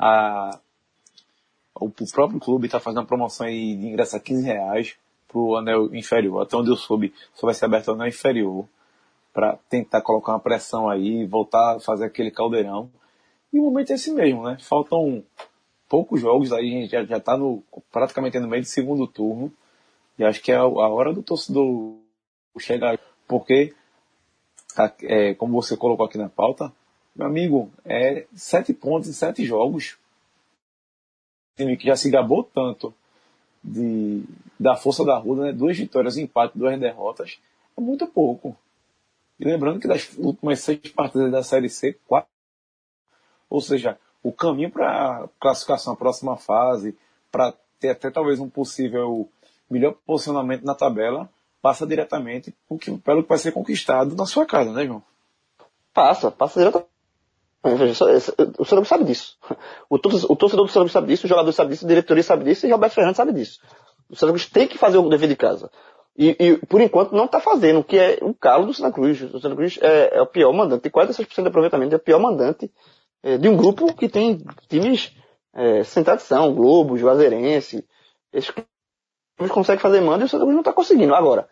O próprio clube está fazendo uma promoção aí de ingresso a R$15 para o anel inferior. Até onde eu soube, só vai ser aberto o anel inferior, para tentar colocar uma pressão aí, voltar a fazer aquele caldeirão. E o momento é esse mesmo, né? Faltam poucos jogos aí, a gente já está praticamente no meio do segundo turno, e acho que é a hora do torcedor chegar, porque, como você colocou aqui na pauta, meu amigo, 7 pontos em 7 jogos, time que já se gabou tanto da força da Arruda, né? 2 vitórias, empate, 2 derrotas, é muito pouco. E lembrando que das últimas 6 partidas da Série C, 4, ou seja, o caminho para classificação, a próxima fase, para ter até talvez um possível melhor posicionamento na tabela, passa diretamente pelo que vai ser conquistado na sua casa, né, João? Passa diretamente. O Santa Cruz sabe disso. O torcedor do Santa Cruz sabe disso, o jogador sabe disso, a diretoria sabe disso e o Roberto Fernandes sabe disso. O Santa Cruz tem que fazer o dever de casa. E por enquanto não está fazendo, o que é o calo do Santa Cruz. O Santa Cruz é o pior mandante, tem 46% de aproveitamento, é o pior mandante de um grupo que tem times sem tradição, Globo, Juazeirense. Esses clubes conseguem fazer mando e o Santa Cruz não está conseguindo. Agora,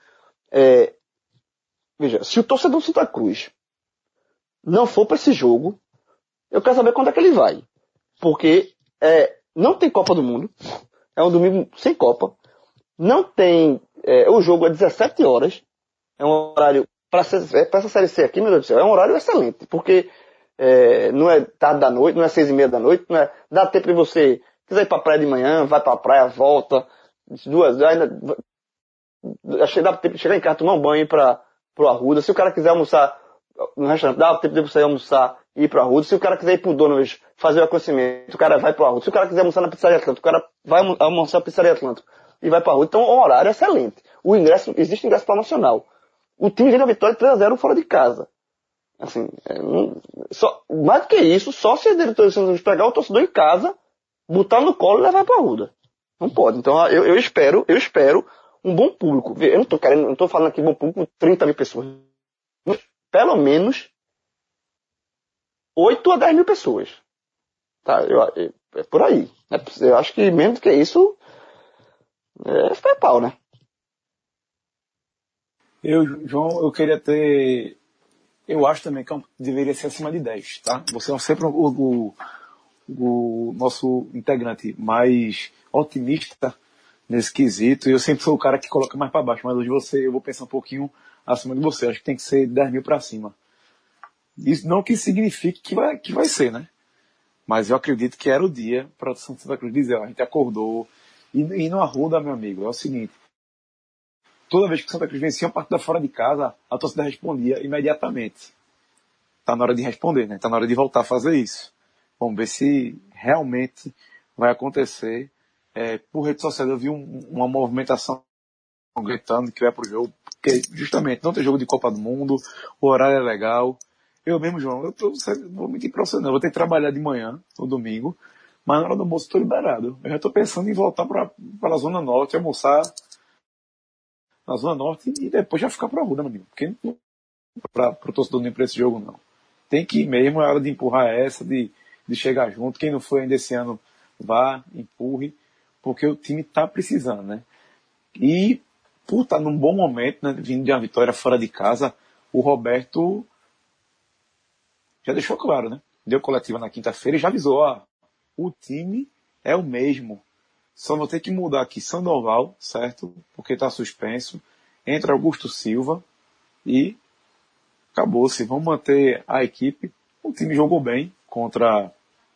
veja, se o torcedor do Santa Cruz não for para esse jogo, eu quero saber quando é que ele vai. Porque não tem Copa do Mundo, é um domingo sem Copa, não tem... o jogo é 17 horas, é um horário... Para essa Série C aqui, meu Deus do céu, é um horário excelente, porque não é tarde da noite, não é 6:30 da noite, dá tempo de você quiser ir pra praia de manhã, vai pra praia, volta, dá tempo de chegar em casa, tomar um banho e ir pro Arruda. Se o cara quiser almoçar no restaurante, dá tempo de você almoçar e ir pro Arruda. Se o cara quiser ir pro Donovan fazer o aquecimento, o cara vai pro Arruda. Se o cara quiser almoçar na Pizzaria Atlântico, o cara vai almoçar na Pizzaria Atlântico e vai pro Arruda. Então é um horário excelente. Existe ingresso promocional. O time vem na vitória 3-0 fora de casa. Assim, mais do que isso, só se a diretoria do Santa Cruz pegar o torcedor em casa, botar no colo e levar pra Arruda. Não pode. Então eu espero um bom público. Eu não tô falando aqui bom público, 30 mil pessoas. Pelo menos 8 a 10 mil pessoas. Tá? É por aí. Eu acho que menos do que isso, fica pau, né? João, eu queria ter. Eu acho também que deveria ser acima de 10, tá? Você é sempre o nosso integrante mais otimista nesse quesito, e eu sempre sou o cara que coloca mais para baixo, mas hoje eu vou pensar um pouquinho acima de você. Acho que tem que ser 10 mil para cima. Isso não que signifique que vai ser, né? Mas eu acredito que era o dia para o Santa Cruz dizer, ó, a gente acordou, e não Arruda, meu amigo, é o seguinte, toda vez que o Santa Cruz vencia uma partida fora de casa, a torcida respondia imediatamente. Tá na hora de responder, né? Tá na hora de voltar a fazer isso. Vamos ver se realmente vai acontecer. Por rede social eu vi uma movimentação gritando que vai pro jogo, porque justamente não tem jogo de Copa do Mundo, o horário é legal. Eu mesmo, João, vou mentir pra você não, eu vou ter que trabalhar de manhã, no domingo, mas na hora do almoço eu tô liberado. Eu já tô pensando em voltar para a Zona Norte, almoçar na Zona Norte e depois já ficar pra Arruda, meu amigo, porque não pro torcedor nem pra esse jogo não. Tem que ir mesmo, é hora de empurrar essa, de chegar junto. Quem não foi ainda esse ano, vá, empurre, porque o time tá precisando, né? E, por estar num bom momento, né, vindo de uma vitória fora de casa, o Roberto já deixou claro, né? Deu coletiva na quinta-feira e já avisou, ó, o time é o mesmo. Só vou ter que mudar aqui Sandoval, certo? Porque tá suspenso. Entra Augusto Silva e acabou-se. Vamos manter a equipe. O time jogou bem contra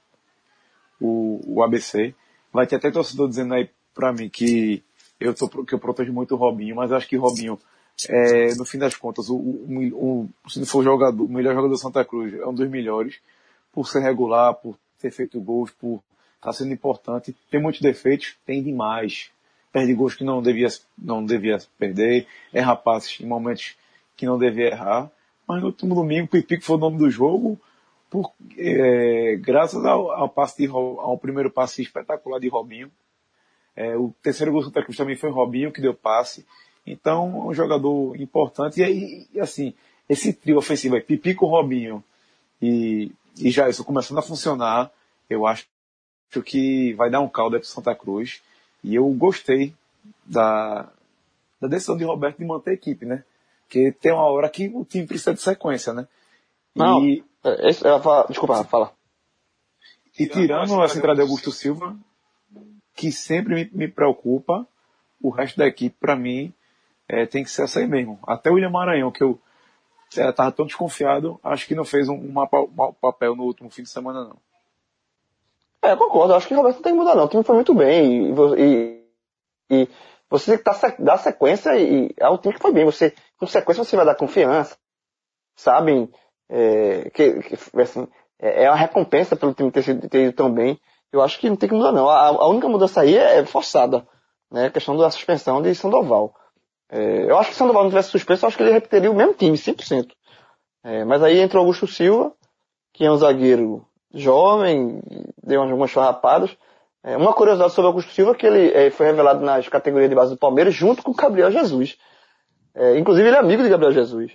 o ABC. Vai ter até torcedor dizendo aí pra mim que que eu protejo muito o Robinho, mas acho que o Robinho, no fim das contas, se não for o melhor jogador do Santa Cruz, é um dos melhores, por ser regular, por ter feito gols, por estar sendo importante. Tem muitos defeitos, tem demais. Perde gols que não devia perder, erra passes em momentos que não devia errar. Mas no último domingo, o Pipico foi o nome do jogo, graças ao primeiro passe espetacular de Robinho. O terceiro gol do Santa Cruz também foi o Robinho que deu passe. Então, é um jogador importante. E assim, esse trio ofensivo aí, Pipico, Robinho e Jailson começando a funcionar, eu acho que vai dar um caldo aí pro Santa Cruz. E eu gostei da decisão de Roberto de manter a equipe, né? Porque tem uma hora que o time precisa de sequência, né? Não, desculpa, fala. E tirando essa entrada de Augusto Silva, que sempre me preocupa, o resto da equipe, para mim, tem que ser essa aí mesmo. Até o William Maranhão, que eu estava tão desconfiado, acho que não fez um mau papel no último fim de semana, não. Eu concordo, acho que o Roberto não tem que mudar não, o time foi muito bem, e você tem que dar sequência, e é um time que foi bem, com sequência você vai dar confiança, sabem, assim, é uma recompensa pelo time ter ido tão bem. Eu acho que não tem que mudar não. A única mudança aí é forçada, né? A questão da suspensão de Sandoval. Eu acho que se Sandoval não tivesse suspenso, eu acho que ele repetiria o mesmo time, 100%. Mas aí entrou Augusto Silva, que é um zagueiro jovem, deu algumas farrapadas. Uma curiosidade sobre Augusto Silva é que ele foi revelado nas categorias de base do Palmeiras junto com o Gabriel Jesus. Inclusive ele é amigo de Gabriel Jesus.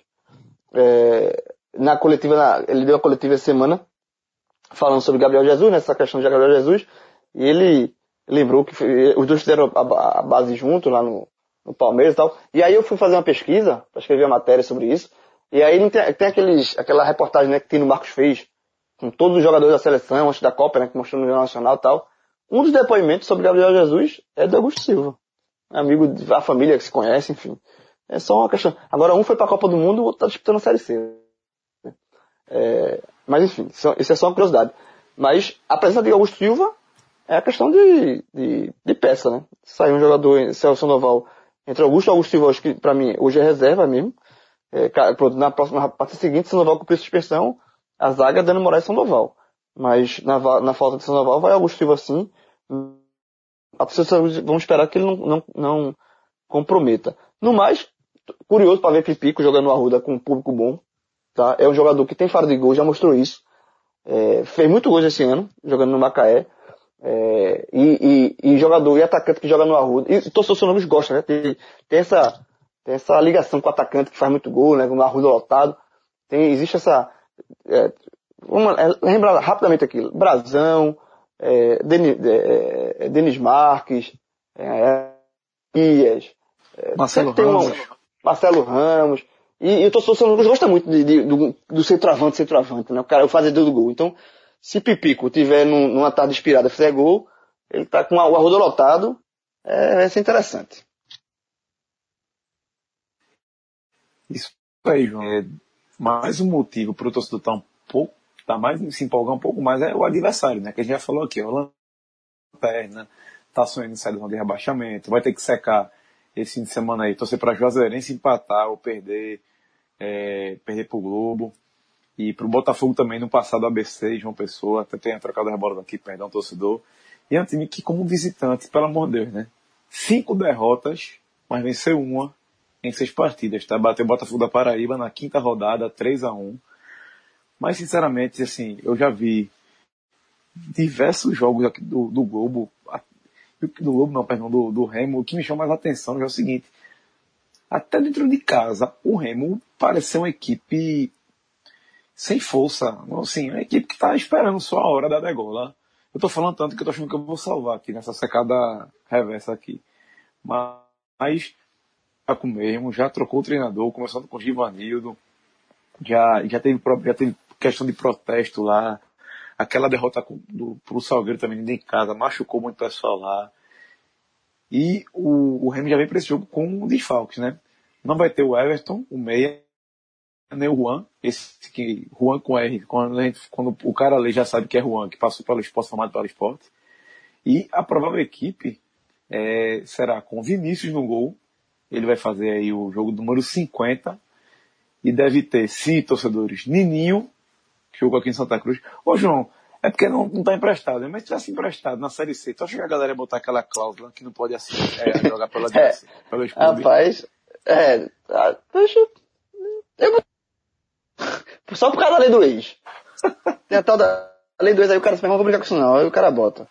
Ele deu a coletiva essa semana falando sobre Gabriel Jesus, nessa questão de Gabriel Jesus, e ele lembrou que os dois fizeram a base junto lá no Palmeiras e tal. E aí eu fui fazer uma pesquisa para escrever uma matéria sobre isso. E aí tem aquela reportagem, né, que Tino Marcos fez com todos os jogadores da seleção antes da Copa, né, que mostrou no Jornal Nacional e tal. Um dos depoimentos sobre Gabriel Jesus é do Augusto Silva, amigo da família que se conhece, enfim. É só uma questão. Agora um foi para a Copa do Mundo, o outro está disputando a Série C. Mas enfim, isso é só uma curiosidade. Mas a presença de Augusto Silva é a questão de peça, né? Saiu um jogador, Celso Noval, entre Augusto Silva, acho que pra mim hoje é reserva mesmo. Na próxima partida seguinte, Sandoval cumprir suspensão, a zaga Dano Moraes e Sandoval. Mas na falta de Sandoval vai Augusto Silva sim. Vamos esperar que ele não comprometa. No mais, curioso para ver Pipico jogando no Arruda com um público bom, tá? É um jogador que tem faro de gol, já mostrou isso. Fez muito gols esse ano, jogando no Macaé. E jogador e atacante que joga no Arruda. E torcedor São Luís gosta, né? Tem essa ligação com o atacante que faz muito gol, né? Com o Arruda lotado. Existe essa... vamos lembrar rapidamente aqui. Brazão, Denis Marques, Ias, Marcelo Ramos. E o torcedor São Luís gosta muito do centroavante, né? O cara, o fazedor do gol. Então, se Pipico tiver numa tarde inspirada e fizer gol, ele tá com o Arruda lotado, vai ser interessante. Isso aí, João. Mais um motivo para o torcedor se empolgar um pouco mais é o adversário, né? Que a gente já falou aqui, o Lanterna, tá sonhando em sair do de rebaixamento, vai ter que secar esse fim de semana aí, torcer para Juazeirense empatar ou perder pro Globo. E pro Botafogo também, no passado, ABC, João Pessoa, até tenha trocado a bola aqui, perdão, torcedor. E é um time que, como visitante, pelo amor de Deus, né? 5 derrotas, mas venceu uma em 6 partidas, tá? Bateu o Botafogo da Paraíba na 5ª rodada, 3-1. Mas, sinceramente, assim, eu já vi diversos jogos aqui do Globo, do Globo não, perdão, do Remo. O que me chama mais a atenção é o seguinte: até dentro de casa, o Remo parece ser uma equipe sem força, assim, uma equipe que tá esperando só a hora da degola. Eu tô falando tanto que eu tô achando que eu vou salvar aqui nessa secada reversa aqui. Mas tá com o mesmo, já trocou o treinador, começando com o Givanildo, já teve questão de protesto lá, aquela derrota pro Salgueiro também dentro de casa, machucou muito o pessoal lá. E o Remo já vem para esse jogo com desfalques, né? Não vai ter o Everton, o meia, nem o Juan, Juan com R, quando o cara ali já sabe que é Juan, que passou pelo esporte, formado pelo esporte. E a provável equipe será com Vinícius no gol, ele vai fazer aí o jogo número 50, e deve ter, sim, torcedores, Nininho, que jogou aqui em Santa Cruz. Ô, João, é porque não tá emprestado, né? Mas se tivesse emprestado na Série C, tu acha que a galera ia botar aquela cláusula que não pode jogar pelo esporte? Rapaz, deixa eu... Só por causa da lei do ex. Tem a tal da lei do ex, aí o cara se pergunta, não vou brincar com isso não, aí o cara bota.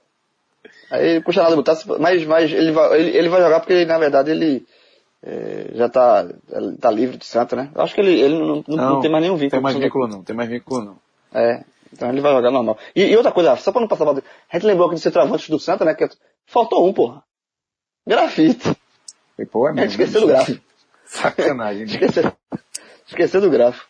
Aí custa nada botar, mas ele vai jogar porque, na verdade, ele já tá livre do Santa, né? Eu acho que ele não tem mais nenhum vínculo. Tem mais vínculo não. Então ele vai jogar normal. E outra coisa, só pra não passar... A gente lembrou aqui de centroavantes do Santa, né? Que faltou um, porra. Grafite. Pô, é mesmo. Esqueceu do grafo. Sacanagem. Esqueceu do grafo.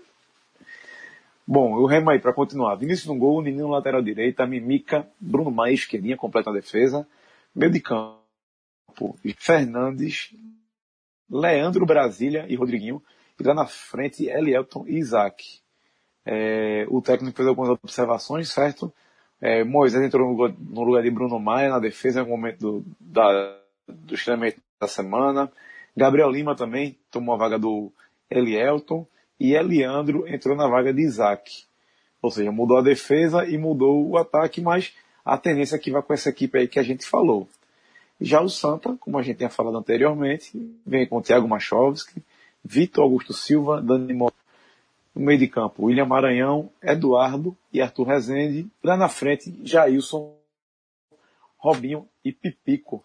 Bom, o Remo aí, pra continuar. Vinícius no gol, Nininho no lateral direita, Mimica, Bruno Maia, esquerdinha, completa a defesa. Meio de campo, Fernandes, Leandro Brasília e Rodriguinho. E lá na frente, Elielton e Isaac. O técnico fez algumas observações, certo? Moisés entrou no lugar de Bruno Maia na defesa no momento do estreamento da semana. Gabriel Lima também tomou a vaga do Elielton. E Eliandro entrou na vaga de Isaac. Ou seja, mudou a defesa e mudou o ataque, mas a tendência é que vai com essa equipe aí que a gente falou. Já o Santa, como a gente tinha falado anteriormente, vem com Thiago Machovski, Vitor Augusto Silva, Dani Mota. No meio de campo, William Maranhão, Eduardo e Arthur Rezende. Lá na frente, Jailson, Robinho e Pipico.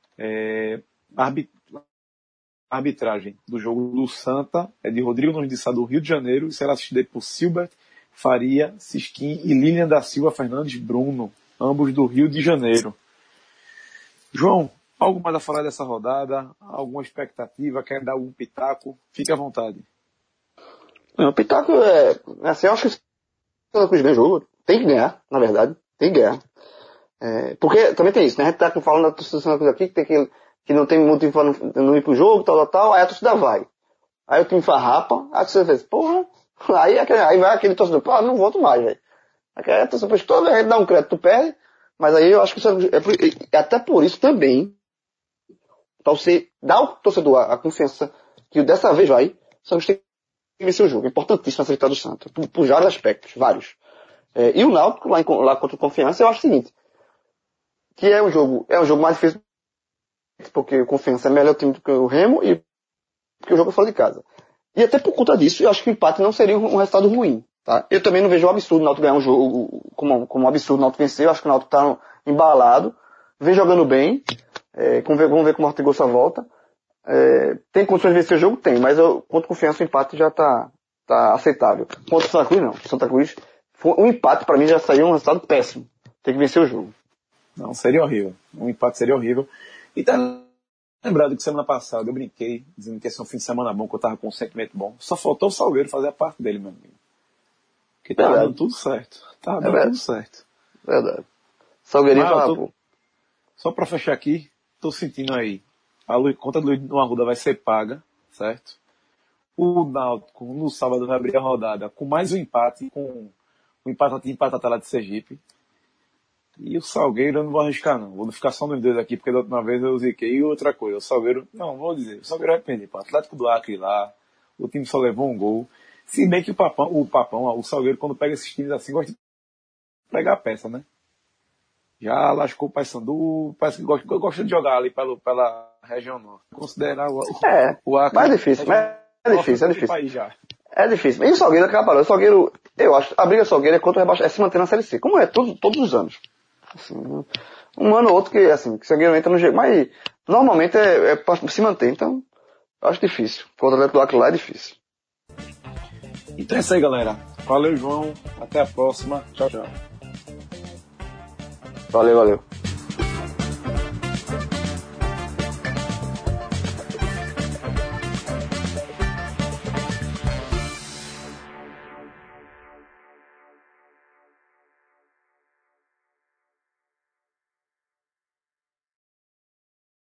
Arbitragem do jogo do Santa é de Rodrigo Nunes de Sá, do Rio de Janeiro, e será assistida por Silbert, Faria, Sisquim e Lilian da Silva Fernandes Bruno, ambos do Rio de Janeiro. João, algo mais a falar dessa rodada? Alguma expectativa? Quer dar algum pitaco? Fique à vontade. O pitaco assim, eu acho que o Santa Cruz ganha o jogo. Tem que ganhar, na verdade. Tem que ganhar. Porque também tem isso, né? A gente tá falando da torcida do Santa Cruz aqui, que não tem motivo pra não ir pro jogo, tal, aí a torcida vai. Aí o time farrapa, aí você fez, porra, aí vai aquele torcedor, pô, não volto mais, velho. Aí a torcida, depois toda vez dá um crédito, tu perde, mas aí eu acho que até por isso também, pra você dar ao torcedor a confiança que dessa vez vai, só tem que vencer o jogo. É importantíssimo essa vitória do Santa, por vários aspectos, vários. E o Náutico, lá contra o Confiança, eu acho o seguinte, que é um jogo mais difícil, porque o Confiança é melhor time do que o Remo, e porque o jogo é fora de casa. E até por conta disso, eu acho que o empate não seria um resultado ruim. Tá? Eu também não vejo um absurdo o Náutico ganhar um jogo como um absurdo o Náutico vencer. Eu acho que o Náutico está embalado, vem jogando bem. Vamos ver como o Ortigosa volta. Tem condições de vencer o jogo? Tem, mas eu conto confiança, o empate já tá aceitável. Contra o Santa Cruz, não. Santa Cruz, um empate para mim já saiu um resultado péssimo. Tem que vencer o jogo. Não, seria horrível. Um empate seria horrível. E tá lembrado que semana passada eu brinquei, dizendo que esse é um fim de semana bom, que eu tava com um sentimento bom. Só faltou o Salgueiro fazer a parte dele, meu amigo. Porque tava dando tudo certo. Tava dando tudo certo. Verdade. Salgueirinho tava, só pra fechar aqui, tô sentindo aí. A conta do Luiz no Arruda vai ser paga, certo? O Náutico no sábado vai abrir a rodada com mais um empate, com o empate lá de Sergipe. E o Salgueiro eu não vou arriscar não. Vou ficar só nos dois aqui, porque da última vez eu ziquei. E outra coisa, o Salgueiro, não, vou dizer, o Salgueiro vai perder para o Atlético do Acre lá. O time só levou um gol. Se bem que o Salgueiro, quando pega esses times assim, gosta de pegar a peça, né? Já lascou o Paysandu, parece que gosta de jogar ali pela região norte. Considerar o Acre. Mais difícil, é difícil. País já. É difícil. E o Salgueiro acaba. O Salgueiro, eu acho, a briga do Salgueiro é contra o rebaixamento, é se manter na Série C, como é todos os anos. Assim, um ano ou outro que o Salgueiro entra no jeito, mas normalmente é para se manter, então eu acho difícil. Contra o Atlético do Acre lá é difícil. Então é isso aí, galera. Valeu, João. Até a próxima. Tchau, tchau. Valeu.